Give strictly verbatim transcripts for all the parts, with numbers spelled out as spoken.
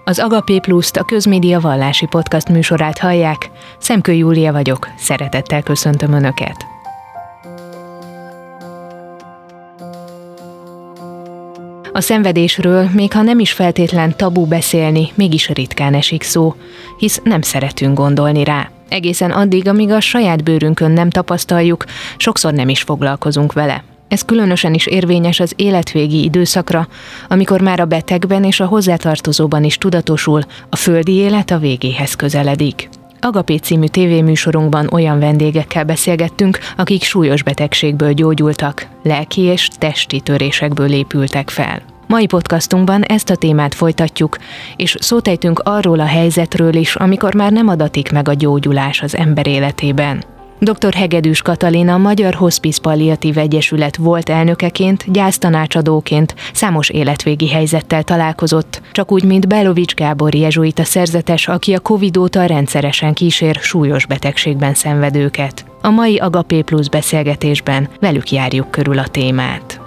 Az Agapé Pluszt, a Közmédia vallási podcast műsorát hallják. Szemkő Júlia vagyok, szeretettel köszöntöm Önöket. A szenvedésről, még ha nem is feltétlen tabu beszélni, mégis ritkán esik szó, hisz nem szeretünk gondolni rá. Egészen addig, amíg a saját bőrünkön nem tapasztaljuk, sokszor nem is foglalkozunk vele. Ez különösen is érvényes az életvégi időszakra, amikor már a betegben és a hozzátartozóban is tudatosul, a földi élet a végéhez közeledik. Agapé című tévéműsorunkban olyan vendégekkel beszélgettünk, akik súlyos betegségből gyógyultak, lelki és testi törésekből épültek fel. Mai podcastunkban ezt a témát folytatjuk, és szót ejtünk arról a helyzetről is, amikor már nem adatik meg a gyógyulás az ember életében. doktor Hegedűs Katalin, a Magyar Hospice Palliatív Egyesület volt elnökeként, gyásztanácsadóként számos életvégi helyzettel találkozott, csak úgy, mint Belovics Gábor jezsuita szerzetes, aki a Covid óta rendszeresen kísér súlyos betegségben szenvedőket. A mai Agapé Plus beszélgetésben velük járjuk körül a témát.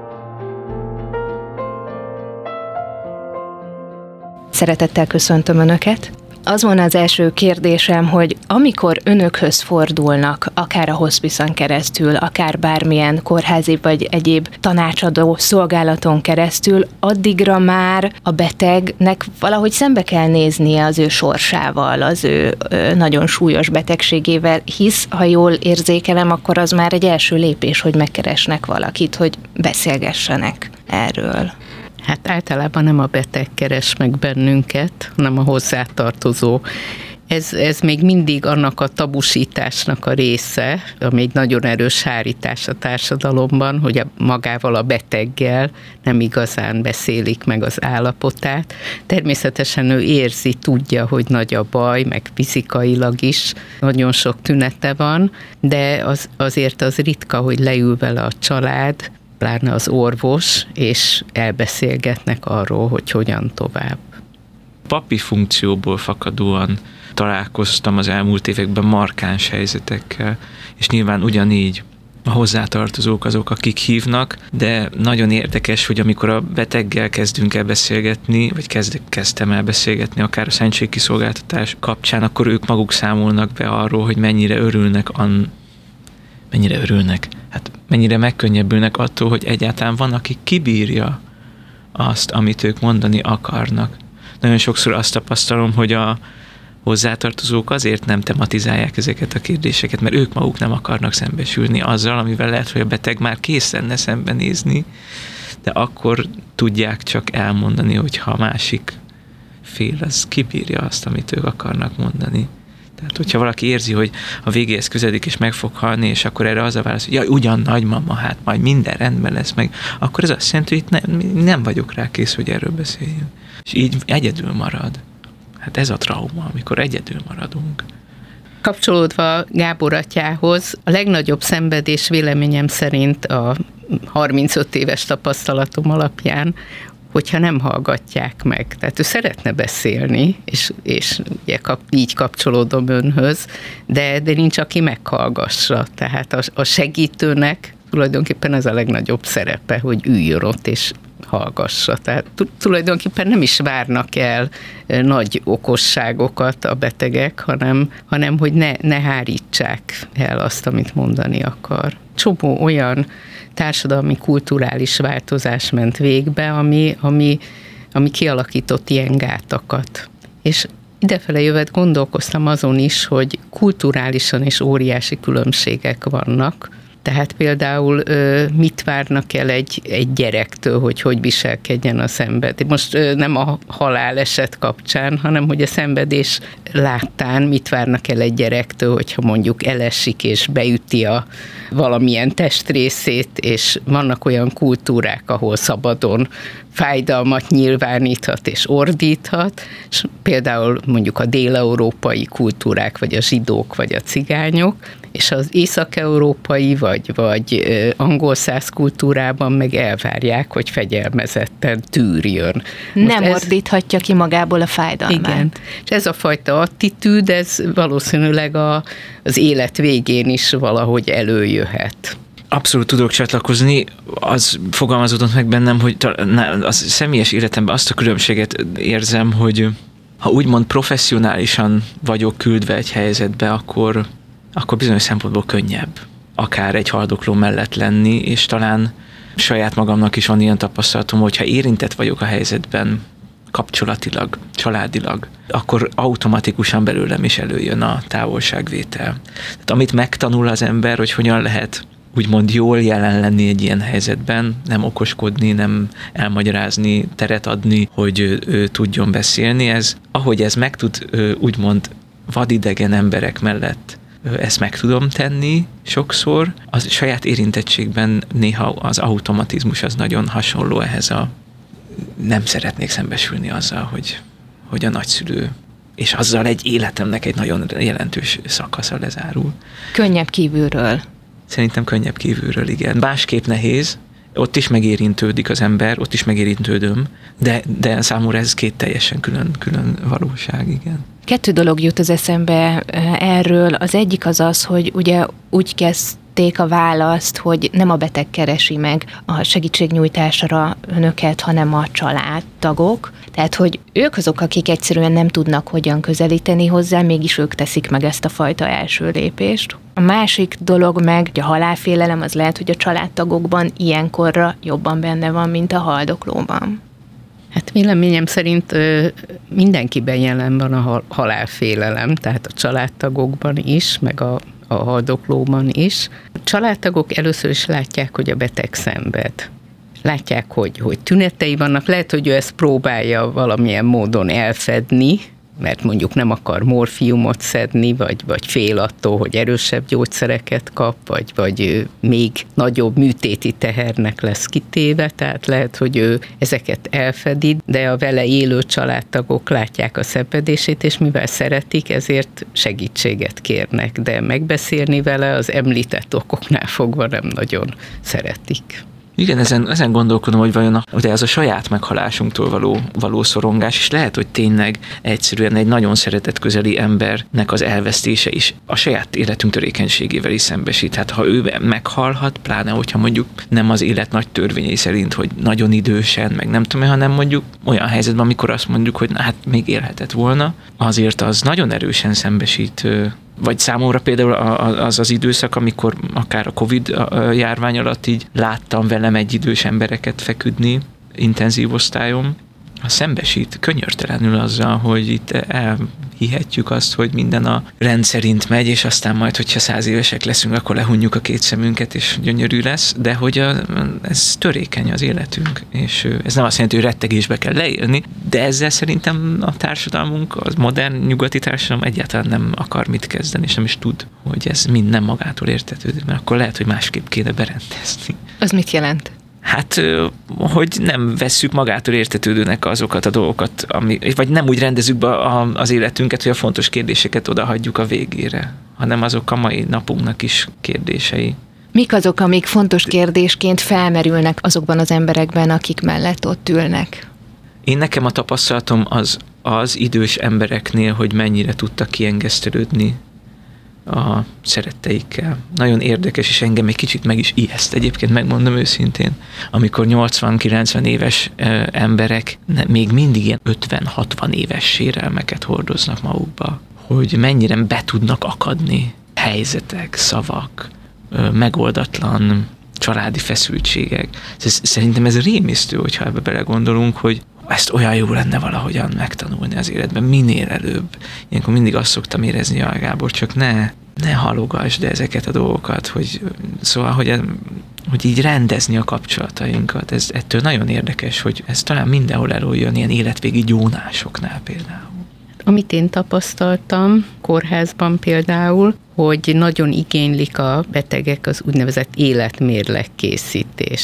Szeretettel köszöntöm Önöket! Az volna az első kérdésem, hogy amikor önökhöz fordulnak, akár a hospice-on keresztül, akár bármilyen kórházi vagy egyéb tanácsadó szolgálaton keresztül, addigra már a betegnek valahogy szembe kell néznie az ő sorsával, az ő nagyon súlyos betegségével, hisz, ha jól érzékelem, akkor az már egy első lépés, hogy megkeresnek valakit, hogy beszélgessenek erről. Hát általában nem a beteg keres meg bennünket, hanem a hozzátartozó. Ez, ez még mindig annak a tabusításnak a része, ami egy nagyon erős hárítás a társadalomban, hogy a, magával a beteggel nem igazán beszélik meg az állapotát. Természetesen ő érzi, tudja, hogy nagy a baj, meg fizikailag is nagyon sok tünete van, de az, azért az ritka, hogy leül vele a család, pláne az orvos, és elbeszélgetnek arról, hogy hogyan tovább. Papi funkcióból fakadóan találkoztam az elmúlt években markáns helyzetekkel, és nyilván ugyanígy a hozzátartozók azok, akik hívnak, de nagyon érdekes, hogy amikor a beteggel kezdünk el beszélgetni, vagy kezd, kezdtem el beszélgetni, akár a szentségkiszolgáltatás kapcsán, akkor ők maguk számolnak be arról, hogy mennyire örülnek an, mennyire örülnek, hát mennyire megkönnyebbülnek attól, hogy egyáltalán van, aki kibírja azt, amit ők mondani akarnak. Nagyon sokszor azt tapasztalom, hogy a hozzátartozók azért nem tematizálják ezeket a kérdéseket, mert ők maguk nem akarnak szembesülni azzal, amivel lehet, hogy a beteg már kész lenne szembenézni, de akkor tudják csak elmondani, hogy ha a másik fél, az kibírja azt, amit ők akarnak mondani. Tehát, hogyha valaki érzi, hogy a végéhez közeledik és meg fog halni, és akkor erre az a válasz, hogy jaj, ugyan nagymama, hát majd minden rendben lesz meg, akkor ez azt jelenti, hogy nem, nem vagyok rá kész, hogy erről beszéljünk. És így egyedül marad. Hát ez a trauma, amikor egyedül maradunk. Kapcsolódva Gábor atyához, a legnagyobb szenvedés véleményem szerint a harmincöt éves tapasztalatom alapján, hogyha nem hallgatják meg. Tehát ő szeretne beszélni, és, és ugye kap, így kapcsolódom önhöz, de, de nincs, aki meghallgassa. Tehát a, a segítőnek tulajdonképpen ez a legnagyobb szerepe, hogy üljön ott és hallgassa. Tehát tulajdonképpen nem is várnak el nagy okosságokat a betegek, hanem, hanem hogy ne, ne hárítsák el azt, amit mondani akar. Csomó olyan társadalmi, kulturális változás ment végbe, ami, ami, ami kialakított ilyen gátakat. És idefele jövet gondolkoztam azon is, hogy kulturálisan is óriási különbségek vannak. Tehát például mit várnak el egy, egy gyerektől, hogy hogy viselkedjen a szenvedés. Most nem a haláleset kapcsán, hanem hogy a szenvedés láttán mit várnak el egy gyerektől, hogyha mondjuk elesik és beüti a valamilyen testrészét, és vannak olyan kultúrák, ahol szabadon fájdalmat nyilváníthat és ordíthat, és például mondjuk a dél-európai kultúrák, vagy a zsidók, vagy a cigányok, és az észak-európai vagy, vagy angol száz kultúrában meg elvárják, hogy fegyelmezetten tűrjön. Most nem ez... ordíthatja ki magából a fájdalmát. Igen, és ez a fajta attitűd, ez valószínűleg a, az élet végén is valahogy előjöhet. abszolút tudok csatlakozni. Az fogalmazódott meg bennem, hogy a személyes életemben azt a különbséget érzem, hogy ha úgymond professzionálisan vagyok küldve egy helyzetbe, akkor, akkor bizonyos szempontból könnyebb akár egy haldokló mellett lenni, és talán saját magamnak is van ilyen tapasztalatom, hogyha érintett vagyok a helyzetben, kapcsolatilag, családilag, akkor automatikusan belőlem is előjön a távolságvétel. Tehát amit megtanul az ember, hogy hogyan lehet úgymond jól jelen lenni egy ilyen helyzetben, nem okoskodni, nem elmagyarázni, teret adni, hogy ő, ő tudjon beszélni, ez, ahogy ez meg tud úgymond vadidegen emberek mellett ezt meg tudom tenni sokszor, az saját érintettségben néha az automatizmus az nagyon hasonló ehhez a nem szeretnék szembesülni azzal, hogy, hogy a nagyszülő, és azzal egy életemnek egy nagyon jelentős szakasza lezárul. Könnyebb kívülről. Szerintem könnyebb kívülről, igen. Másképp nehéz, ott is megérintődik az ember, ott is megérintődöm, de, de számomra ez két teljesen külön, külön valóság, igen. Kettő dolog jut az eszembe erről. Az egyik az az, hogy ugye úgy kezdték a választ, hogy nem a beteg keresi meg a segítségnyújtásra önöket, hanem a családtagok. Tehát, hogy ők azok, akik egyszerűen nem tudnak hogyan közelíteni hozzá, mégis ők teszik meg ezt a fajta első lépést. A másik dolog meg, hogy a halálfélelem az lehet, hogy a családtagokban ilyenkorra jobban benne van, mint a haldoklóban. Hát véleményem szerint mindenkiben jelen van a halálfélelem, tehát a családtagokban is, meg a, a haldoklóban is. A családtagok először is látják, hogy a beteg szenved. Látják, hogy, hogy tünetei vannak, lehet, hogy ő ezt próbálja valamilyen módon elfedni, mert mondjuk nem akar morfiumot szedni, vagy, vagy fél attól, hogy erősebb gyógyszereket kap, vagy, vagy még nagyobb műtéti tehernek lesz kitéve, tehát lehet, hogy ő ezeket elfedi, de a vele élő családtagok látják a szenvedését, és mivel szeretik, ezért segítséget kérnek, de megbeszélni vele az említett okoknál fogva nem nagyon szeretik. Igen, ezen, ezen gondolkodom, hogy vajon a, ugye az a saját meghalásunktól való, való szorongás, és lehet, hogy tényleg egyszerűen egy nagyon szeretett közeli embernek az elvesztése is a saját életünk törékenységével is szembesít. Hát ha ő meghalhat, pláne hogyha mondjuk nem az élet nagy törvényei szerint, hogy nagyon idősen, meg nem tudom, hanem mondjuk olyan helyzetben, amikor azt mondjuk, hogy na, hát még élhetett volna, azért az nagyon erősen szembesít. Vagy számomra például az az időszak, amikor akár a Covid járvány alatt így láttam velem egy idős embereket feküdni intenzív osztályon, szembesít könyörtelenül azzal, hogy itt elhihetjük azt, hogy minden a rend szerint megy, és aztán majd, hogyha száz évesek leszünk, akkor lehunjuk a két szemünket, és gyönyörű lesz, de hogy a, ez törékeny az életünk, és ez nem azt jelenti, hogy rettegésbe kell leélni, de ezzel szerintem a társadalmunk, az modern nyugati társadalom egyáltalán nem akar mit kezdeni, és nem is tud, hogy ez mind nem magától értetődik, mert akkor lehet, hogy másképp kéne berendezni. Az mit jelent? Hát, hogy nem vesszük magától értetődőnek azokat a dolgokat, ami, vagy nem úgy rendezzük be az életünket, hogy a fontos kérdéseket odahagyjuk a végére, hanem azok a mai napunknak is kérdései. Mik azok, amik fontos kérdésként felmerülnek azokban az emberekben, akik mellett ott ülnek? Én nekem a tapasztalatom az az idős embereknél, hogy mennyire tudtak kiengesztelődni a szeretteikkel. Nagyon érdekes, és engem egy kicsit meg is ijeszt, egyébként megmondom őszintén, amikor nyolcvan-kilencven éves emberek még mindig ilyen ötven-hatvan éves sérelmeket hordoznak magukba, hogy mennyire be tudnak akadni helyzetek, szavak, megoldatlan családi feszültségek. Szerintem ez rémisztő, hogyha ebbe belegondolunk, hogy ezt olyan jó lenne valahogyan megtanulni az életben, minél előbb. Ilyenkor mindig azt szoktam érezni, jaj, Gábor, csak ne, ne halogassd ezeket a dolgokat, hogy, szóval, hogy, hogy így rendezni a kapcsolatainkat. Ez ettől nagyon érdekes, hogy ez talán mindenhol előjön, ilyen életvégi gyónásoknál például. Amit én tapasztaltam kórházban például, hogy nagyon igénylik a betegek az úgynevezett életmérleg készítést.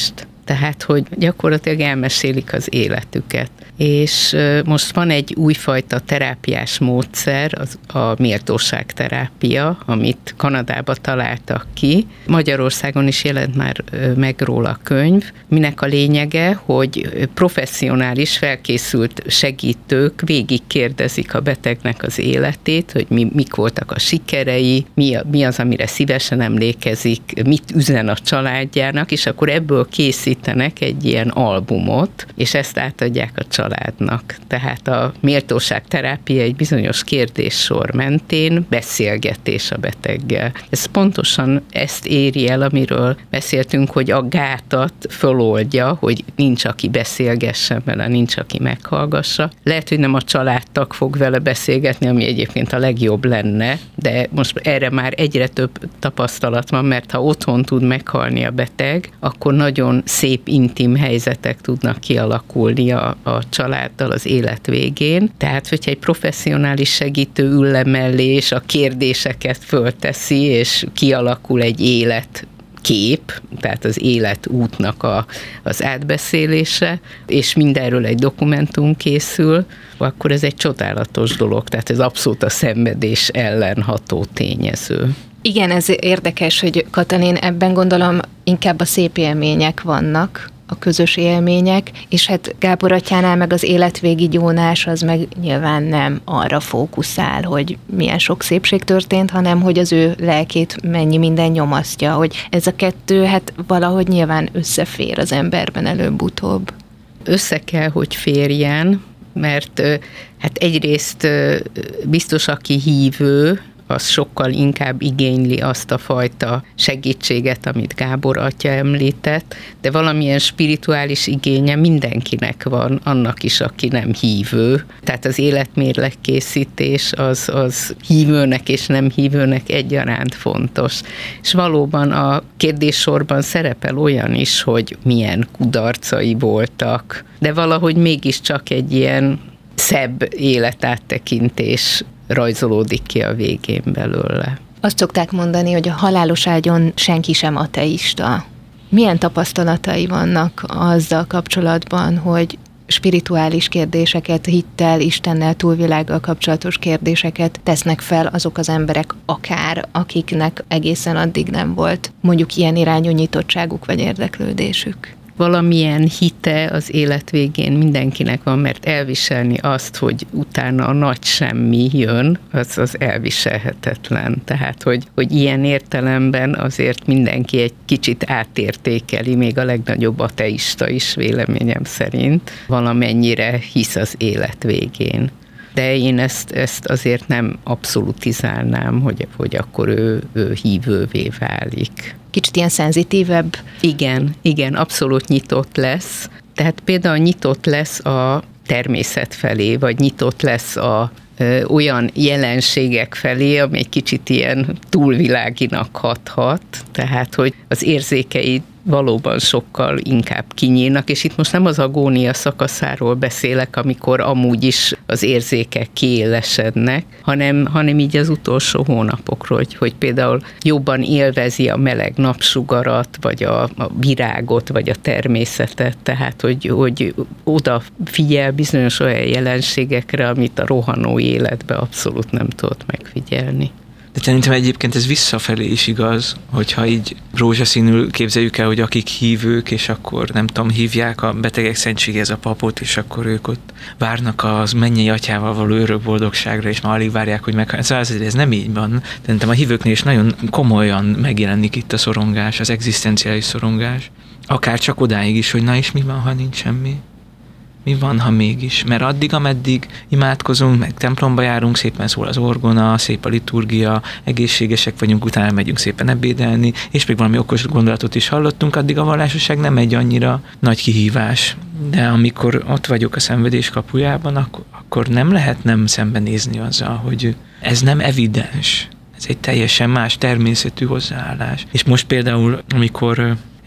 Tehát, hogy gyakorlatilag elmesélik az életüket. És most van egy újfajta terápiás módszer, az a méltóságterápia, amit Kanadában találtak ki. Magyarországon is jelent már meg róla könyv, minek a lényege, hogy professzionális, felkészült segítők végig kérdezik a betegnek az életét, hogy mi, mik voltak a sikerei, mi, a, mi az, amire szívesen emlékezik, mit üzen a családjának, és akkor ebből készítenek egy ilyen albumot, és ezt átadják a családnak. Tehát a méltóságterápia egy bizonyos kérdéssor mentén beszélgetés a beteggel. Ez pontosan ezt éri el, amiről beszéltünk, hogy a gátat föloldja, hogy nincs, aki beszélgessen vele, nincs, aki meghallgassa. Lehet, hogy nem a családtag fog vele beszélgetni, ami egyébként a legjobb lenne, de most erre már egyre több tapasztalat van, mert ha otthon tud meghalni a beteg, akkor nagyon szép, intim helyzetek tudnak kialakulni a, a családdal az élet végén. Tehát, hogyha egy professzionális segítő ül le mellé, és a kérdéseket fölteszi, és kialakul egy élet kép, tehát az életútnak a, az átbeszélése, és mindenről egy dokumentum készül, akkor ez egy csodálatos dolog, tehát ez abszolút a szenvedés ellen ható tényező. Igen, ez érdekes, hogy Katalin, ebben gondolom inkább a szép élmények vannak, a közös élmények, és hát Gábor atyánál meg az életvégi gyónás az meg nyilván nem arra fókuszál, hogy milyen sok szépség történt, hanem hogy az ő lelkét mennyi minden nyomasztja, hogy ez a kettő hát valahogy nyilván összefér az emberben előbb-utóbb. Össze kell, hogy férjen, mert hát egyrészt biztos, aki hívő, az sokkal inkább igényli azt a fajta segítséget, amit Gábor atya említett, de valamilyen spirituális igénye mindenkinek van, annak is, aki nem hívő. Tehát az életmérlegkészítés az, az hívőnek és nem hívőnek egyaránt fontos. És valóban a kérdéssorban szerepel olyan is, hogy milyen kudarcai voltak, de valahogy mégiscsak egy ilyen szebb életáttekintés rajzolódik ki a végén belőle. Azt szokták mondani, hogy a halálos ágyon senki sem ateista. Milyen tapasztalatai vannak azzal kapcsolatban, hogy spirituális kérdéseket, hittel, Istennel, túlvilággal kapcsolatos kérdéseket tesznek fel azok az emberek, akár akiknek egészen addig nem volt mondjuk ilyen irányú nyitottságuk vagy érdeklődésük? Valamilyen hite az élet végén mindenkinek van, mert elviselni azt, hogy utána a nagy semmi jön, az, az elviselhetetlen. Tehát, hogy, hogy ilyen értelemben azért mindenki egy kicsit átértékeli, még a legnagyobb ateista is véleményem szerint, valamennyire hisz az élet végén. De én ezt, ezt azért nem abszolutizálnám, hogy, hogy akkor ő, ő hívővé válik. Kicsit ilyen szenzitívebb? Igen, igen, abszolút nyitott lesz. Tehát például nyitott lesz a természet felé, vagy nyitott lesz a ö, olyan jelenségek felé, ami egy kicsit ilyen túlviláginak hathat. Tehát, hogy az érzékei valóban sokkal inkább kinyílnak, és itt most nem az agónia szakaszáról beszélek, amikor amúgy is az érzékek kiélesednek, hanem, hanem így az utolsó hónapokról, hogy, hogy például jobban élvezi a meleg napsugarat, vagy a, a virágot, vagy a természetet, tehát hogy, hogy odafigyel bizonyos olyan jelenségekre, amit a rohanó életben abszolút nem tudott megfigyelni. De szerintem egyébként ez visszafelé is igaz, hogyha így rózsaszínül képzeljük el, hogy akik hívők, és akkor nem tudom, hívják a betegek szentségéhez a papot, és akkor ők ott várnak az mennyei atyával való örök boldogságra, és már alig várják, hogy meg... Szóval ez nem így van. Szerintem a hívőknél is nagyon komolyan megjelenik itt a szorongás, az egzisztenciális szorongás. Akár csak odáig is, hogy na és mi van, ha nincs semmi? Mi van, ha mégis? Mert addig, ameddig imádkozunk, meg templomba járunk, szépen szól az orgona, szép a liturgia, egészségesek vagyunk, utána megyünk szépen ebédelni, és még valami okos gondolatot is hallottunk, addig a vallásosság nem egy annyira nagy kihívás. De amikor ott vagyok a szenvedés kapujában, akkor, akkor nem lehet nem szembenézni azzal, hogy ez nem evidens. Ez egy teljesen más természetű hozzáállás. És most például, amikor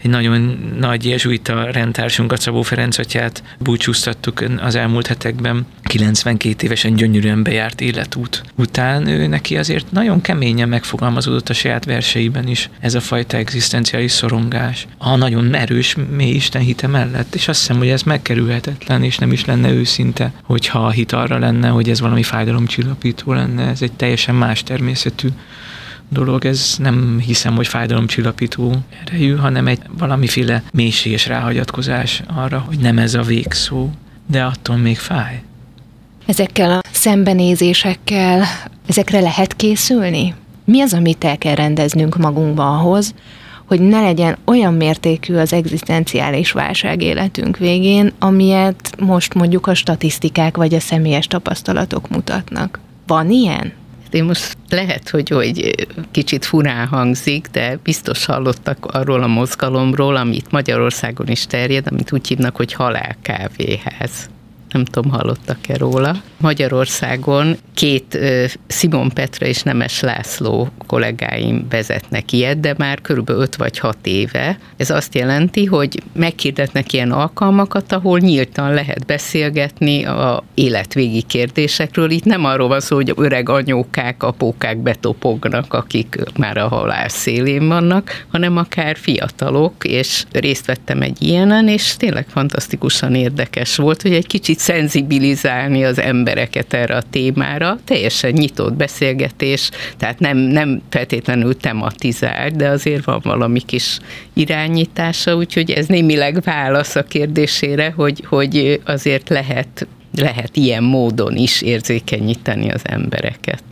egy nagyon nagy jezsuita rendtársunkat, Szabó Ferenc atyát búcsúztattuk az elmúlt hetekben. kilencvenkét évesen gyönyörűen bejárt életút után ő neki azért nagyon keményen megfogalmazódott a saját verseiben is ez a fajta egzisztenciális szorongás. A nagyon erős mély Isten hite mellett, és azt hiszem, hogy ez megkerülhetetlen, és nem is lenne őszinte, hogyha a hit arra lenne, hogy ez valami fájdalomcsillapító lenne. Ez egy teljesen más természetű dolog, ez nem hiszem, hogy fájdalomcsillapító erejű, hanem egy valamiféle mélységes ráhagyatkozás arra, hogy nem ez a végszó, de attól még fáj. Ezekkel a szembenézésekkel, ezekre lehet készülni? Mi az, amit el kell rendeznünk magunkba ahhoz, hogy ne legyen olyan mértékű az egzisztenciális válság életünk végén, amilyet most mondjuk a statisztikák vagy a személyes tapasztalatok mutatnak? Van ilyen? Én most lehet, hogy, hogy kicsit furán hangzik, de biztos hallottak arról a mozgalomról, amit Magyarországon is terjed, amit úgy hívnak, hogy halálkávéház. Nem tudom, hallottak-e róla. Magyarországon két Simon Petra és Nemes László kollégáim vezetnek ilyet, de már körülbelül öt vagy hat éve. Ez azt jelenti, hogy meghirdetnek ilyen alkalmakat, ahol nyíltan lehet beszélgetni a életvégi kérdésekről. Itt nem arról van szó, hogy öreg anyókák, apókák betopognak, akik már a halál szélén vannak, hanem akár fiatalok, és részt vettem egy ilyenen, és tényleg fantasztikusan érdekes volt, hogy egy kicsit szenzibilizálni az embereket erre a témára. Teljesen nyitott beszélgetés, tehát nem, nem feltétlenül tematizált, de azért van valami kis irányítása, úgyhogy ez némileg válasz a kérdésére, hogy, hogy azért lehet, lehet ilyen módon is érzékenyíteni az embereket.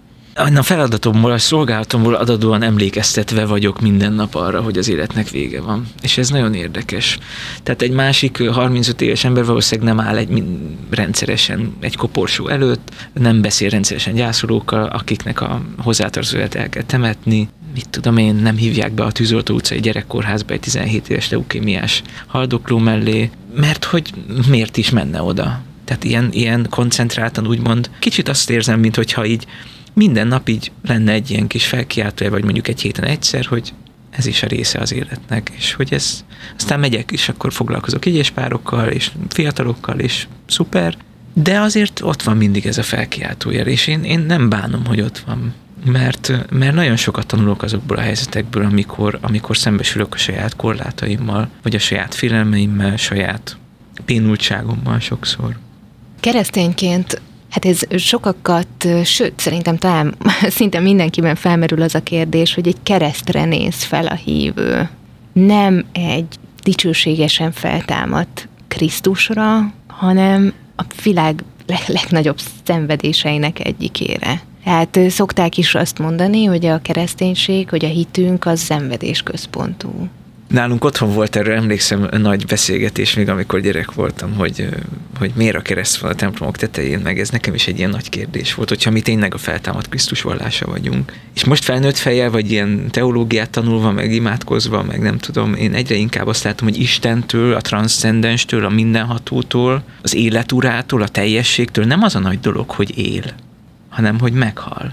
A feladatomból, a szolgálatomból adódóan emlékeztetve vagyok minden nap arra, hogy az életnek vége van. És ez nagyon érdekes. Tehát egy másik harmincöt éves ember valószínűleg nem áll egy rendszeresen egy koporsó előtt, nem beszél rendszeresen gyászolókkal, akiknek a hozzátartozóját el kell temetni. Mit tudom én, nem hívják be a Tűzoltó utcai gyerekkórházba egy tizenhét éves leukémiás haldokló mellé, mert hogy miért is menne oda? Tehát ilyen, ilyen koncentráltan úgymond kicsit azt érzem, mintha így minden nap így lenne egy ilyen kis felkiáltója, vagy mondjuk egy héten egyszer, hogy ez is a része az életnek, és hogy ez, aztán megyek, és akkor foglalkozok párokkal, és fiatalokkal, és szuper, de azért ott van mindig ez a felkiáltója, és én, én nem bánom, hogy ott van, mert, mert nagyon sokat tanulok azokból a helyzetekből, amikor, amikor szembesülök a saját korlátaimmal, vagy a saját félelmeimmel, saját bénultságommal sokszor. Keresztényként hát ez sokakat, sőt, szerintem talán szinte mindenkiben felmerül az a kérdés, hogy egy keresztre néz fel a hívő. Nem egy dicsőségesen feltámadt Krisztusra, hanem a világ legnagyobb szenvedéseinek egyikére. Hát szokták is azt mondani, hogy a kereszténység, hogy a hitünk az szenvedésközpontú. Nálunk otthon volt erről, emlékszem, nagy beszélgetés még, amikor gyerek voltam, hogy, hogy miért a kereszt van a templomok tetején, meg ez nekem is egy ilyen nagy kérdés volt, hogyha mi tényleg a feltámadt Krisztus vallása vagyunk. És most felnőtt fejjel, vagy ilyen teológiát tanulva, meg imádkozva, meg nem tudom, én egyre inkább azt látom, hogy Istentől, a transzcendenstől, a mindenhatótól, az életurától, a teljességtől nem az a nagy dolog, hogy él, hanem hogy meghal.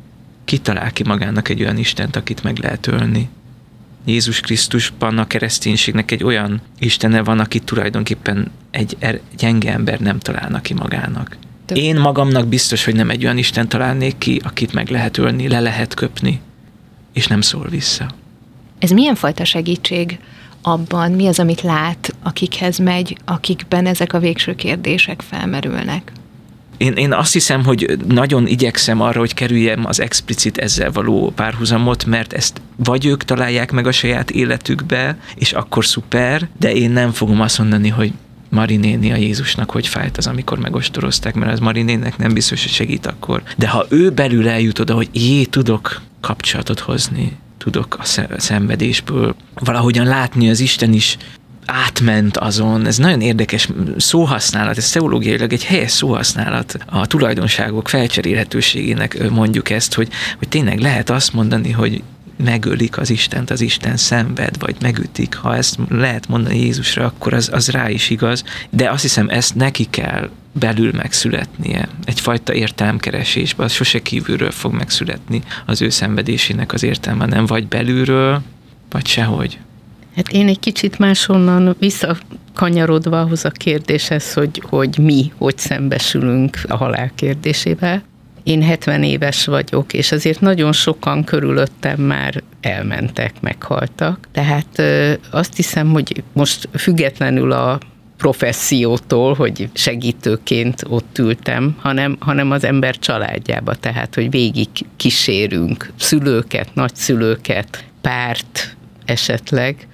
Ki talál ki magának egy olyan Istent, akit meg lehet ölni? Jézus Krisztusban a kereszténységnek egy olyan istene van, akit tulajdonképpen egy er- gyenge ember nem találna ki magának. Tök. Én magamnak biztos, hogy nem egy olyan Isten találnék ki, akit meg lehet ölni, le lehet köpni, és nem szól vissza. Ez milyen fajta segítség abban, mi az, amit lát, akikhez megy, akikben ezek a végső kérdések felmerülnek? Én, én azt hiszem, hogy nagyon igyekszem arra, hogy kerüljem az explicit ezzel való párhuzamot, mert ezt vagy ők találják meg a saját életükbe, és akkor szuper, de én nem fogom azt mondani, hogy Mari néni a Jézusnak hogy fájt az, amikor megostorozták, mert az Mari néninek nem biztos, hogy segít akkor. De ha ő belül eljut oda, hogy jé, tudok kapcsolatot hozni, tudok a szenvedésből valahogyan látni, az Isten is átment azon, ez nagyon érdekes szóhasználat, ez teológiailag egy helyes szóhasználat, a tulajdonságok felcserélhetőségének mondjuk ezt, hogy, hogy tényleg lehet azt mondani, hogy megölik az Istent, az Isten szenved, vagy megütik, ha ezt lehet mondani Jézusra, akkor az, az rá is igaz, de azt hiszem, ezt neki kell belül megszületnie. Egyfajta értelemkeresésben, az sose kívülről fog megszületni az ő szenvedésének az értelme, nem vagy belülről, vagy sehogy. Hát én egy kicsit máshonnan visszakanyarodva ahhoz a kérdéshez, hogy, hogy mi, hogy szembesülünk a halál kérdésével. Én hetven éves vagyok, és azért nagyon sokan körülöttem már elmentek, meghaltak. Tehát azt hiszem, hogy most függetlenül a professziótól, hogy segítőként ott ültem, hanem, hanem az ember családjába, tehát, hogy végig kísérünk szülőket, nagyszülőket, párt esetleg,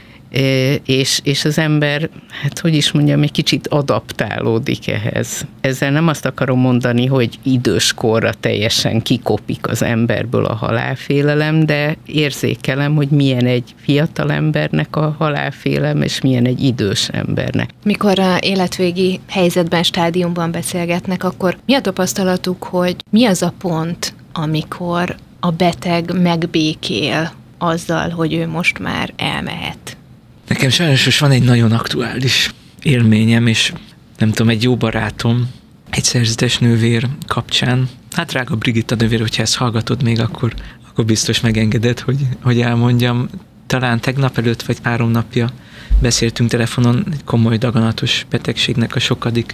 és, és az ember, hát hogy is mondjam, egy kicsit adaptálódik ehhez. Ezzel nem azt akarom mondani, hogy időskorra teljesen kikopik az emberből a halálfélelem, de érzékelem, hogy milyen egy fiatal embernek a halálfélelem, és milyen egy idős embernek. Mikor a életvégi helyzetben, stádiumban beszélgetnek, akkor mi a tapasztalatuk, hogy mi az a pont, amikor a beteg megbékél azzal, hogy ő most már elmehet? Nekem sajnos van egy nagyon aktuális élményem, és nem tudom, egy jó barátom, egy szerzetes nővér kapcsán, hát drága Brigitta nővér, hogyha ezt hallgatod még, akkor, akkor biztos megengeded, hogy, hogy elmondjam. Talán tegnap előtt, vagy három napja beszéltünk telefonon, egy komoly daganatos betegségnek a sokadik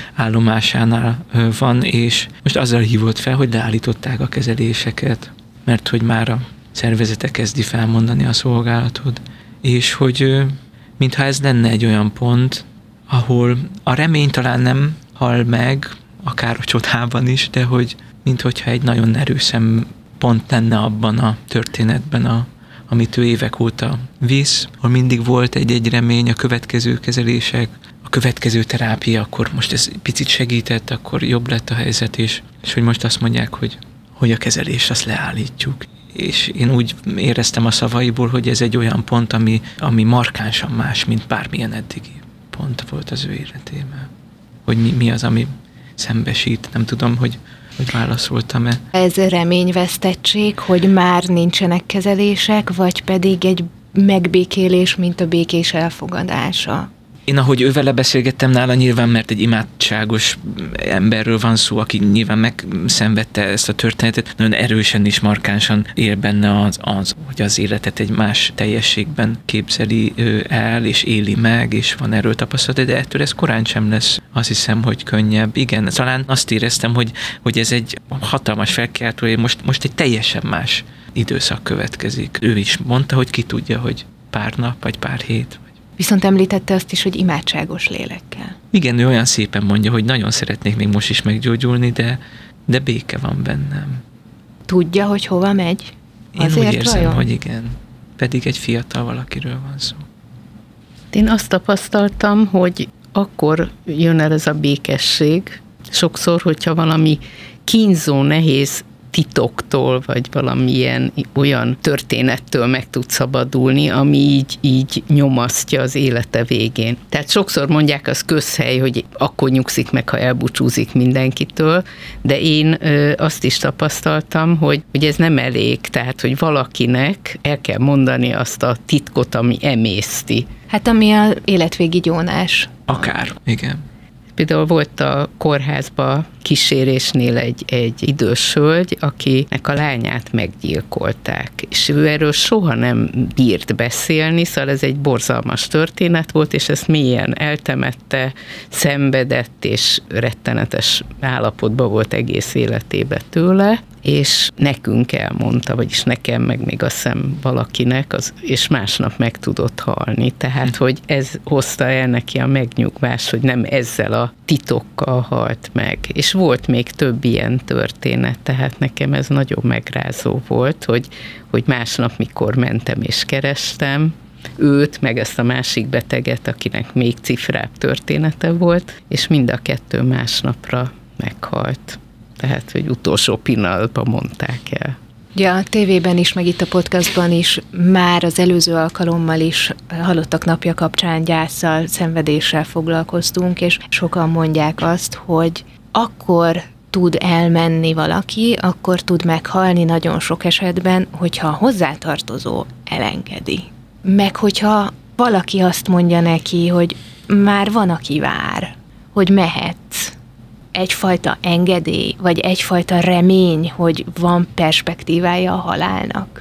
állomásánál van, és most azzal hívott fel, hogy leállították a kezeléseket, mert hogy már a szervezete kezdi felmondani a szolgálatod. És hogy mintha ez lenne egy olyan pont, ahol a remény talán nem hal meg, akár a csodában is, de hogy minthogyha egy nagyon erős pont lenne abban a történetben, a, amit ő évek óta visz, ahol mindig volt egy-egy remény, a következő kezelések, a következő terápia, akkor most ez picit segített, akkor jobb lett a helyzet, és, és hogy most azt mondják, hogy, hogy a kezelést azt leállítjuk. És én úgy éreztem a szavaiból, hogy ez egy olyan pont, ami, ami markánsan más, mint bármilyen eddigi pont volt az ő életében. Hogy mi, mi az, ami szembesít. Nem tudom, hogy, hogy válaszoltam-e. Ez reményvesztettség, hogy már nincsenek kezelések, vagy pedig egy megbékélés, mint a békés elfogadása? Én ahogy ővele beszélgettem nála, nyilván, mert egy imádságos emberről van szó, aki nyilván megszenvedte ezt a történetet, nagyon erősen és markánsan él benne az, az, hogy az életet egy más teljességben képzeli el, és éli meg, és van erről tapasztalat, de ettől ez korán sem lesz, azt hiszem, hogy könnyebb. Igen, talán azt éreztem, hogy, hogy ez egy hatalmas felkiáltó, hogy most, most egy teljesen más időszak következik. Ő is mondta, hogy ki tudja, hogy pár nap, vagy pár hét. Viszont említette azt is, hogy imádságos lélekkel. Igen, ő olyan szépen mondja, hogy nagyon szeretnék még most is meggyógyulni, de, de béke van bennem. Tudja, hogy hova megy? Én Azért úgy érzem, vajon? hogy igen. Pedig egy fiatal valakiről van szó. Én azt tapasztaltam, hogy akkor jön el ez a békesség. Sokszor, hogyha valami kínzó, nehéz titoktól, vagy valamilyen olyan történettől meg tud szabadulni, ami így, így nyomasztja az élete végén. Tehát sokszor mondják, az közhely, hogy akkor nyugszik meg, ha elbúcsúzik mindenkitől, de én ö, azt is tapasztaltam, hogy, hogy ez nem elég, tehát, hogy valakinek el kell mondani azt a titkot, ami emészti. Hát ami az életvégi gyónás. Akár, igen. Például volt a kórházba kísérésnél egy, egy idős hölgy, akinek a lányát meggyilkolták, és ő erről soha nem bírt beszélni, szóval ez egy borzalmas történet volt, és ezt mélyen eltemette, szenvedett, és rettenetes állapotban volt egész életében tőle, és nekünk elmondta, vagyis nekem, meg még azt hiszem valakinek, az, és másnap meg tudott halni. Tehát, hogy ez hozta el neki a megnyugvást, hogy nem ezzel a titokkal halt meg. És volt még több ilyen történet, tehát nekem ez nagyon megrázó volt, hogy, hogy másnap, mikor mentem és kerestem őt, meg ezt a másik beteget, akinek még cifrább története volt, és mind a kettő másnapra meghalt. Tehát, hogy utolsó pillanatban mondták el. Ugye a tévében is, meg itt a podcastban is már az előző alkalommal is Halottak napja kapcsán gyásszal, szenvedéssel foglalkoztunk, és sokan mondják azt, hogy akkor tud elmenni valaki, akkor tud meghalni nagyon sok esetben, hogyha a hozzátartozó elengedi. Meg hogyha valaki azt mondja neki, hogy már van, aki vár, hogy mehetsz. Egyfajta engedély, vagy egyfajta remény, hogy van perspektívája a halálnak?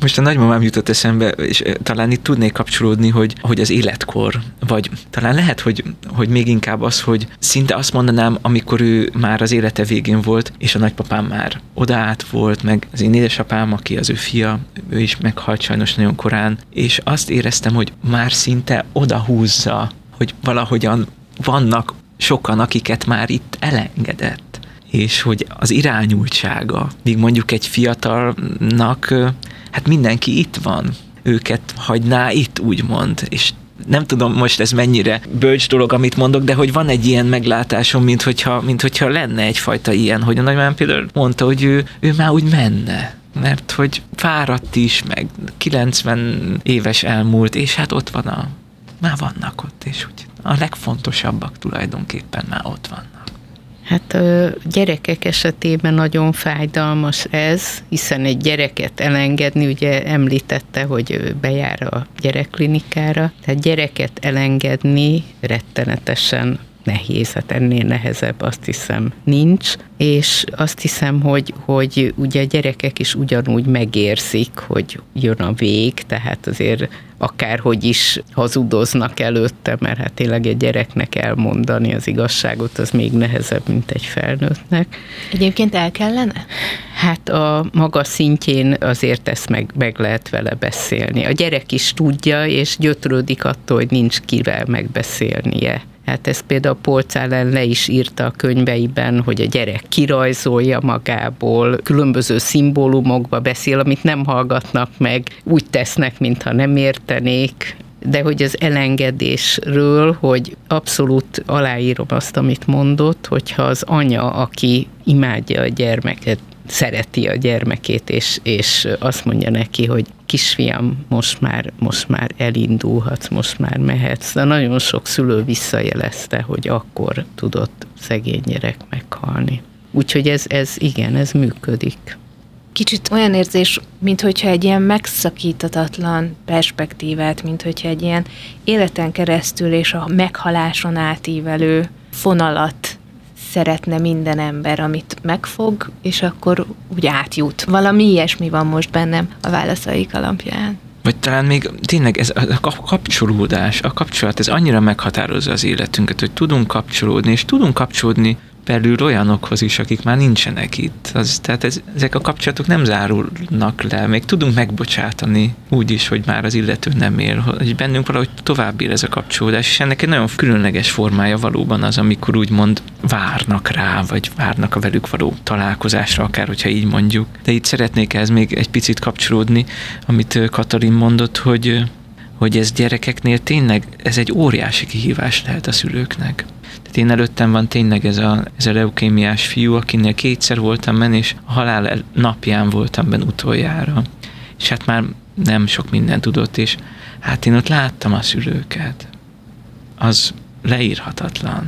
Most a nagymamám jutott eszembe, és talán itt tudnék kapcsolódni, hogy, hogy az életkor, vagy talán lehet, hogy, hogy még inkább az, hogy szinte azt mondanám, amikor ő már az élete végén volt, és a nagypapám már odaállt volt, meg az én édesapám, aki az ő fia, ő is meghalt sajnos nagyon korán, és azt éreztem, hogy már szinte odahúzza, hogy valahogyan vannak sokan, akiket már itt elengedett, és hogy az irányultsága, míg mondjuk egy fiatalnak, hát mindenki itt van, őket hagyná itt, úgymond, és nem tudom most ez mennyire bölcs dolog, amit mondok, de hogy van egy ilyen meglátásom, mint hogyha, mint hogyha lenne egyfajta ilyen, hogy a nagymamám például mondta, hogy ő, ő már úgy menne, mert hogy fáradt is, meg kilencven éves elmúlt, és hát ott van a, már vannak ott, és úgy a legfontosabbak tulajdonképpen már ott vannak. Hát a gyerekek esetében nagyon fájdalmas ez, hiszen egy gyereket elengedni, ugye említette, hogy bejár a gyerekklinikára, tehát gyereket elengedni rettenetesen nehéz, hát ennél nehezebb azt hiszem nincs, és azt hiszem, hogy, hogy ugye a gyerekek is ugyanúgy megérzik, hogy jön a vég, tehát azért akárhogy is hazudoznak előtte, mert hát tényleg egy gyereknek elmondani az igazságot, az még nehezebb, mint egy felnőttnek. Egyébként el kellene? Hát a maga szintjén azért ezt meg, meg lehet vele beszélni. A gyerek is tudja, és gyötrődik attól, hogy nincs kivel megbeszélnie. Hát ezt például Polcz Ellen le is írta a könyveiben, hogy a gyerek kirajzolja magából, különböző szimbólumokba beszél, amit nem hallgatnak meg, úgy tesznek, mintha nem értenék, de hogy az elengedésről, hogy abszolút aláírom azt, amit mondott, hogyha az anya, aki imádja a gyermeket, szereti a gyermekét, és, és azt mondja neki, hogy kisfiam, most már, most már elindulhatsz, most már mehetsz. De nagyon sok szülő visszajelezte, hogy akkor tudott szegény gyerek meghalni. Úgyhogy ez, ez igen, ez működik. Kicsit olyan érzés, minthogyha egy ilyen megszakíthatatlan perspektívát, minthogyha egy ilyen életen keresztül és a meghaláson átívelő fonalat szeretne minden ember, amit megfog, és akkor úgy átjut. Valami ilyesmi van most bennem a válaszaik alapján. Vagy talán még tényleg ez a kapcsolódás, a kapcsolat, ez annyira meghatározza az életünket, hogy tudunk kapcsolódni, és tudunk kapcsolódni belül olyanokhoz is, akik már nincsenek itt. Az, tehát ez, ezek a kapcsolatok nem zárulnak le, még tudunk megbocsátani úgy is, hogy már az illető nem él, hogy bennünk valahogy tovább él ez a kapcsolódás, és ennek egy nagyon különleges formája valóban az, amikor úgymond várnak rá, vagy várnak a velük való találkozásra, akár hogyha így mondjuk. De itt szeretnék ehhez még egy picit kapcsolódni, amit Katalin mondott, hogy, hogy ez gyerekeknél tényleg, ez egy óriási kihívás lehet a szülőknek. Én előttem van tényleg ez a, ez a leukémiás fiú, akinél kétszer voltam benne, és a halál napján voltam benne utoljára. És hát már nem sok mindent tudott, és hát én ott láttam a szülőket. Az leírhatatlan.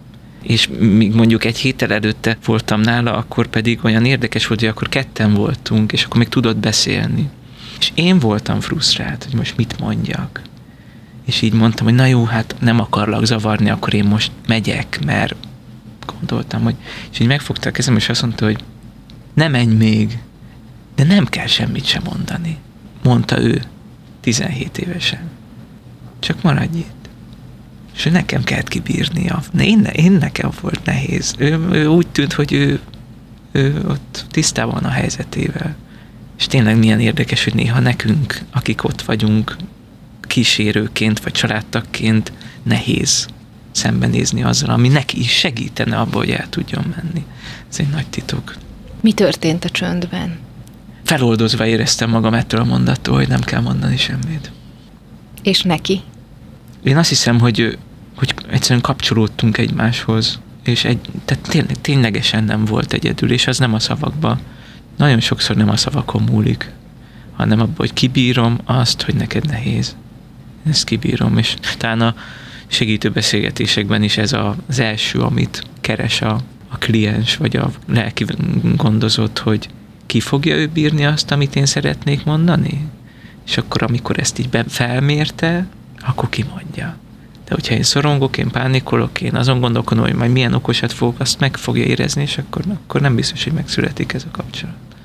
És még mondjuk egy héttel előtte voltam nála, akkor pedig olyan érdekes volt, hogy akkor ketten voltunk, és akkor még tudott beszélni. És én voltam frusztrált, hogy most mit mondjak. És így mondtam, hogy na jó, hát nem akarlak zavarni, akkor én most megyek, mert gondoltam, hogy... És így megfogta a kezem, és azt mondta, hogy ne menj még, de nem kell semmit sem mondani. Mondta ő, tizenhét évesen. Csak maradj itt. És nekem kellett kibírnia. Én, én nekem volt nehéz. Ő, ő úgy tűnt, hogy ő, ő ott tisztában van a helyzetével. És tényleg milyen érdekes, hogy néha nekünk, akik ott vagyunk, kísérőként vagy családtagként nehéz szembenézni azzal, ami neki is segítene abba, hogy el tudjon menni. Ez egy nagy titok. Mi történt a csöndben? Feloldozva éreztem magam ettől a mondattól, hogy nem kell mondani semmit. És neki? Én azt hiszem, hogy, hogy egyszerűen kapcsolódtunk egymáshoz, és egy, tehát tényleg, ténylegesen nem volt egyedül, és az nem a szavakban. Nagyon sokszor nem a szavakon múlik, hanem abban, hogy kibírom azt, hogy neked nehéz. Ezt kibírom, és talán a segítő beszélgetésekben is ez a, az első, amit keres a, a kliens, vagy a lelki gondozott, hogy ki fogja ő bírni azt, amit én szeretnék mondani? És akkor, amikor ezt így felmérte, akkor kimondja. De hogyha én szorongok, én pánikolok, én azon gondolkodom, hogy majd milyen okosat fogok, azt meg fogja érezni, és akkor, akkor nem biztos, hogy megszületik ez a kapcsolat.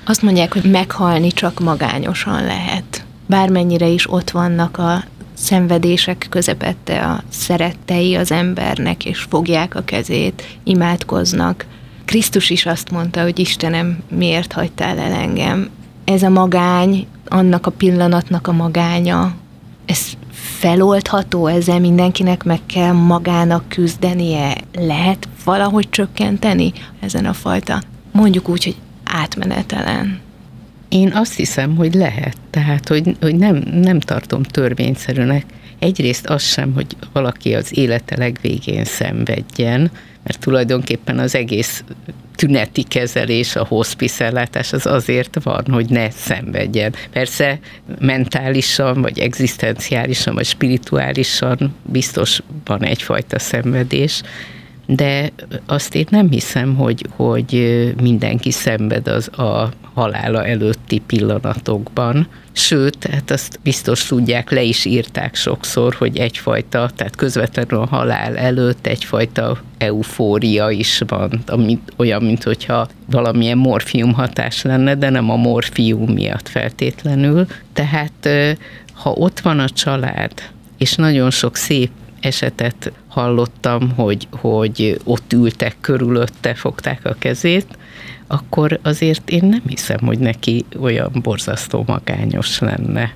Azt mondják, hogy meghalni csak magányosan lehet. Bármennyire is ott vannak a szenvedések közepette a szerettei az embernek, és fogják a kezét, imádkoznak. Krisztus is azt mondta, hogy Istenem, miért hagytál el engem? Ez a magány, annak a pillanatnak a magánya, ez feloldható, ezzel mindenkinek meg kell magának küzdenie? Lehet valahogy csökkenteni ezen a fajta, mondjuk úgy, hogy átmenetelen? Én azt hiszem, hogy lehet. Tehát, hogy, hogy nem, nem tartom törvényszerűnek. Egyrészt az sem, hogy valaki az élete legvégén szenvedjen, mert tulajdonképpen az egész tüneti kezelés, a hospice ellátás az azért van, hogy ne szenvedjen. Persze mentálisan, vagy egzisztenciálisan, vagy spirituálisan biztos van egyfajta szenvedés, de azt én nem hiszem, hogy, hogy mindenki szenved az a halála előtti pillanatokban. Sőt, hát azt biztos tudják, le is írták sokszor, hogy egyfajta, tehát közvetlenül a halál előtt egyfajta eufória is van, amit, olyan, mint hogyha valamilyen morfium hatás lenne, de nem a morfium miatt feltétlenül. Tehát ha ott van a család, és nagyon sok szép esetet hallottam, hogy, hogy ott ültek körülötte, fogták a kezét, akkor azért én nem hiszem, hogy neki olyan borzasztó magányos lenne.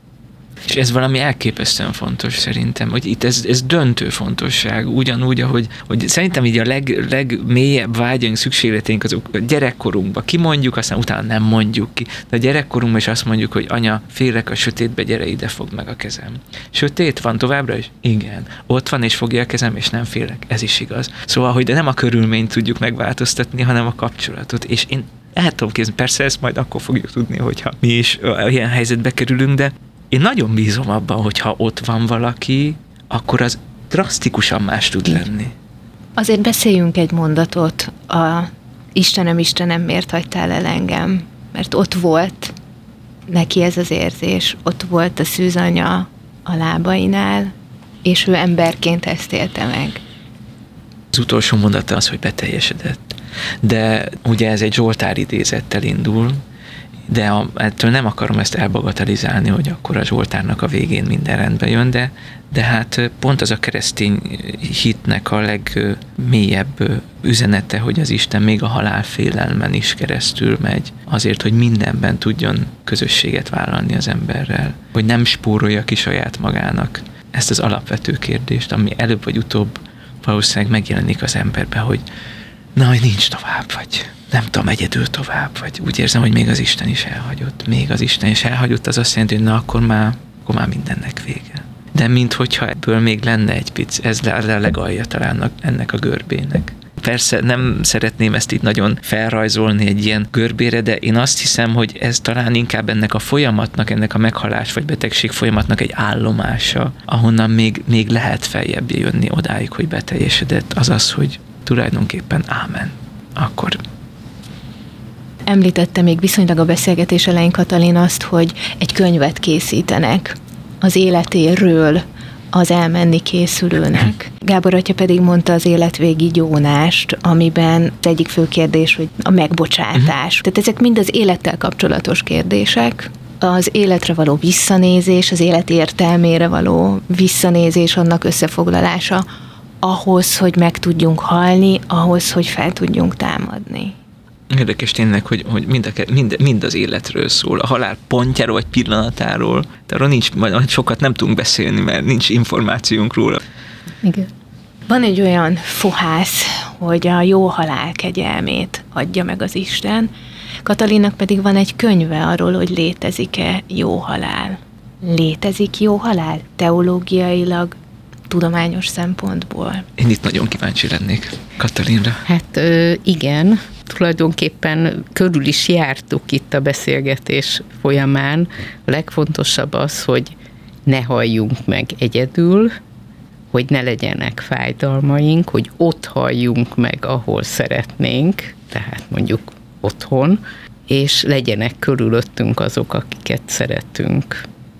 És ez valami elképesztően fontos szerintem, hogy itt ez, ez döntő fontosság, ugyanúgy, ahogy hogy szerintem így a leg, legmélyebb vágyaink, szükségleteink azok a gyerekkorunkban kimondjuk, aztán utána nem mondjuk ki. De a gyerekkorunkban is azt mondjuk, hogy anya, félek a sötétbe, gyere ide, fogd meg a kezem. Sötét van továbbra is? Igen. Ott van és fogja a kezem, és nem félek. Ez is igaz. Szóval, hogy de nem a körülményt tudjuk megváltoztatni, hanem a kapcsolatot. És én el tudom képzelni, persze ezt majd akkor fogjuk tudni, hogyha mi is ilyen helyzetbe kerülünk, de én nagyon bízom abban, hogy ha ott van valaki, akkor az drasztikusan más tud lenni. Azért beszéljünk egy mondatot a Istenem, Istenem, miért hagytál el engem? Mert ott volt neki ez az érzés, ott volt a szűzanya a lábainál, és ő emberként ezt élte meg. Az utolsó mondata az, hogy beteljesedett. De ugye ez egy Zsoltár idézettel indul, de a, ettől nem akarom ezt elbagatelizálni, hogy akkor a Zsoltárnak a végén minden rendbe jön, de, de hát pont az a keresztény hitnek a legmélyebb üzenete, hogy az Isten még a halálfélelmen is keresztül megy, azért, hogy mindenben tudjon közösséget vállalni az emberrel, hogy nem spórolja ki saját magának ezt az alapvető kérdést, ami előbb vagy utóbb valószínűleg megjelenik az emberben, hogy na, hogy nincs tovább, vagy nem tudom, egyedül tovább, vagy úgy érzem, hogy még az Isten is elhagyott. Még az Isten is elhagyott, az azt jelenti, hogy na, akkor már, akkor már mindennek vége. De minthogyha ebből még lenne egy pic, ez a legalja talán ennek a görbének. Persze nem szeretném ezt itt nagyon felrajzolni egy ilyen görbére, de én azt hiszem, hogy ez talán inkább ennek a folyamatnak, ennek a meghalás vagy betegség folyamatnak egy állomása, ahonnan még, még lehet feljebb jönni odáig, hogy beteljesedett. Az az, hogy tulajdonképpen ámen. Akkor említette még viszonylag a beszélgetés elején Katalin azt, hogy egy könyvet készítenek az életéről az elmenni készülőnek. Gábor atya pedig mondta az életvégi gyónást, amiben az egyik fő kérdés, hogy a megbocsátás. Uh-huh. Tehát ezek mind az élettel kapcsolatos kérdések. Az életre való visszanézés, az élet értelmére való visszanézés, annak összefoglalása ahhoz, hogy meg tudjunk halni, ahhoz, hogy fel tudjunk támadni. Érdekes tényleg, hogy, hogy mind, a, mind, mind az életről szól, a halál pontjáról vagy pillanatáról, de arról nincs, majd sokat nem tudunk beszélni, mert nincs információnk róla. Igen. Van egy olyan fohász, hogy a jó halál kegyelmét adja meg az Isten, Katalinnak pedig van egy könyve arról, hogy létezik-e jó halál. Létezik jó halál? Teológiailag, tudományos szempontból. Én itt nagyon kíváncsi lennék Katalinra. Hát igen, tulajdonképpen körül is jártuk itt a beszélgetés folyamán. A legfontosabb az, hogy ne halljunk meg egyedül, hogy ne legyenek fájdalmaink, hogy ott halljunk meg, ahol szeretnénk, tehát mondjuk otthon, és legyenek körülöttünk azok, akiket szeretünk.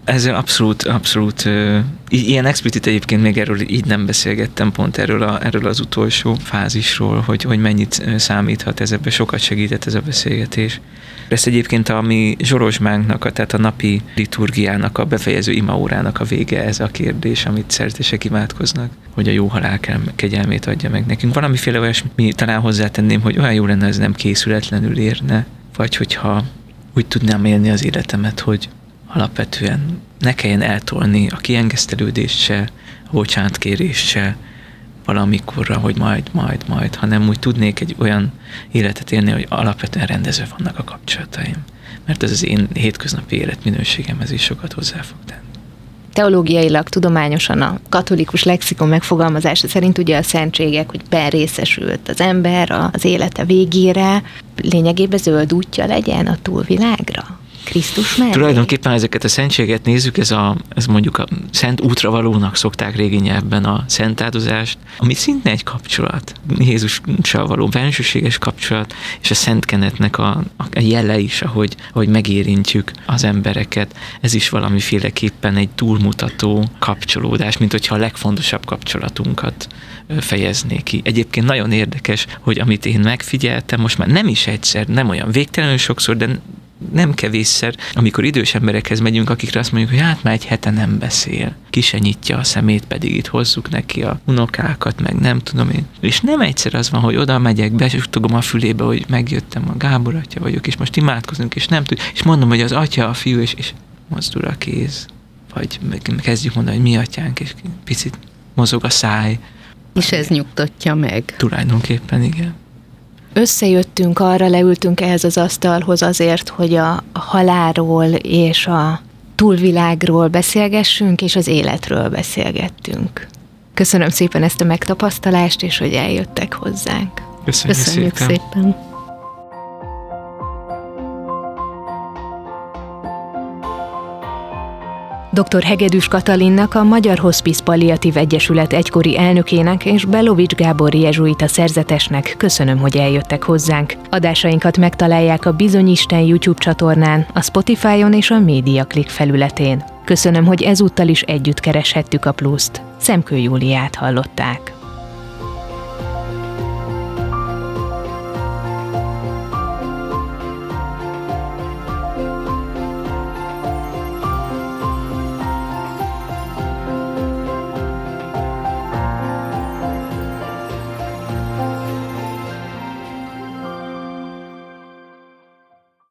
Ezzel abszolút, abszolút, uh, ilyen explicit egyébként még erről így nem beszélgettem, pont erről, a, erről az utolsó fázisról, hogy, hogy mennyit számíthat ez, ebbe sokat segített ez a beszélgetés. Ez egyébként a mi zsorozsmánknak, tehát a napi liturgiának, a befejező imaórának a vége, ez a kérdés, amit szerzetesek imádkoznak, hogy a jó halál kegyelmét adja meg nekünk. Valamiféle olyasmi, talán hozzátenném, hogy olyan jó lenne, ez nem készületlenül érne, vagy hogyha úgy tudnám élni az életemet, hogy alapvetően ne kelljen eltolni a kiengesztelődést se, a bocsánatkérést se valamikorra, hogy majd, majd, majd, hanem úgy tudnék egy olyan életet élni, hogy alapvetően rendezve vannak a kapcsolataim. Mert ez az én hétköznapi életminőségemhez is sokat hozzá fog tenni. Teológiailag, tudományosan a katolikus lexikon megfogalmazása szerint ugye a szentségek, hogy berészesült az ember az élete végére, lényegében zöld útja legyen a túlvilágra. Krisztus mellé? Tulajdonképpen ezeket a szentséget nézzük, ez, a, ez mondjuk a szent útravalónak szokták régi nyelvben a szentádozást, ami szintén egy kapcsolat, Jézussal való bensőséges kapcsolat, és a szent kenetnek a, a jele is, ahogy, ahogy megérintjük az embereket. Ez is valamiféleképpen egy túlmutató kapcsolódás, mint hogyha a legfontosabb kapcsolatunkat fejezné ki. Egyébként nagyon érdekes, hogy amit én megfigyeltem, most már nem is egyszer, nem olyan végtelenül sokszor, de nem kevésszer, amikor idős emberekhez megyünk, akikre azt mondjuk, hogy hát már egy hete nem beszél. Ki se nyitja a szemét, pedig itt hozzuk neki a unokákat, meg nem tudom én. És nem egyszer az van, hogy oda megyek, besugtogom a fülébe, hogy megjöttem, a Gábor atya vagyok, és most imádkozunk, és nem tud, és mondom, hogy az atya, a fiú, és, és mozdul a kéz. Vagy kezdjük mondani, hogy mi atyánk, és picit mozog a száj. És ez nyugtatja meg. Tulajdonképpen, igen. Összejöttünk arra, leültünk ehhez az asztalhoz azért, hogy a halálról és a túlvilágról beszélgessünk, és az életről beszélgettünk. Köszönöm szépen ezt a megtapasztalást, és hogy eljöttek hozzánk. Köszönjük, Köszönjük szépen. szépen. doktor Hegedűs Katalinnak, a Magyar Hospice Palliatív Egyesület egykori elnökének és Belovics Gábor jezsuita szerzetesnek köszönöm, hogy eljöttek hozzánk. Adásainkat megtalálják a Bizonyisten YouTube csatornán, a Spotify-on és a MediaClick felületén. Köszönöm, hogy ezúttal is együtt kereshettük a pluszt. Szemkő Júliát hallották.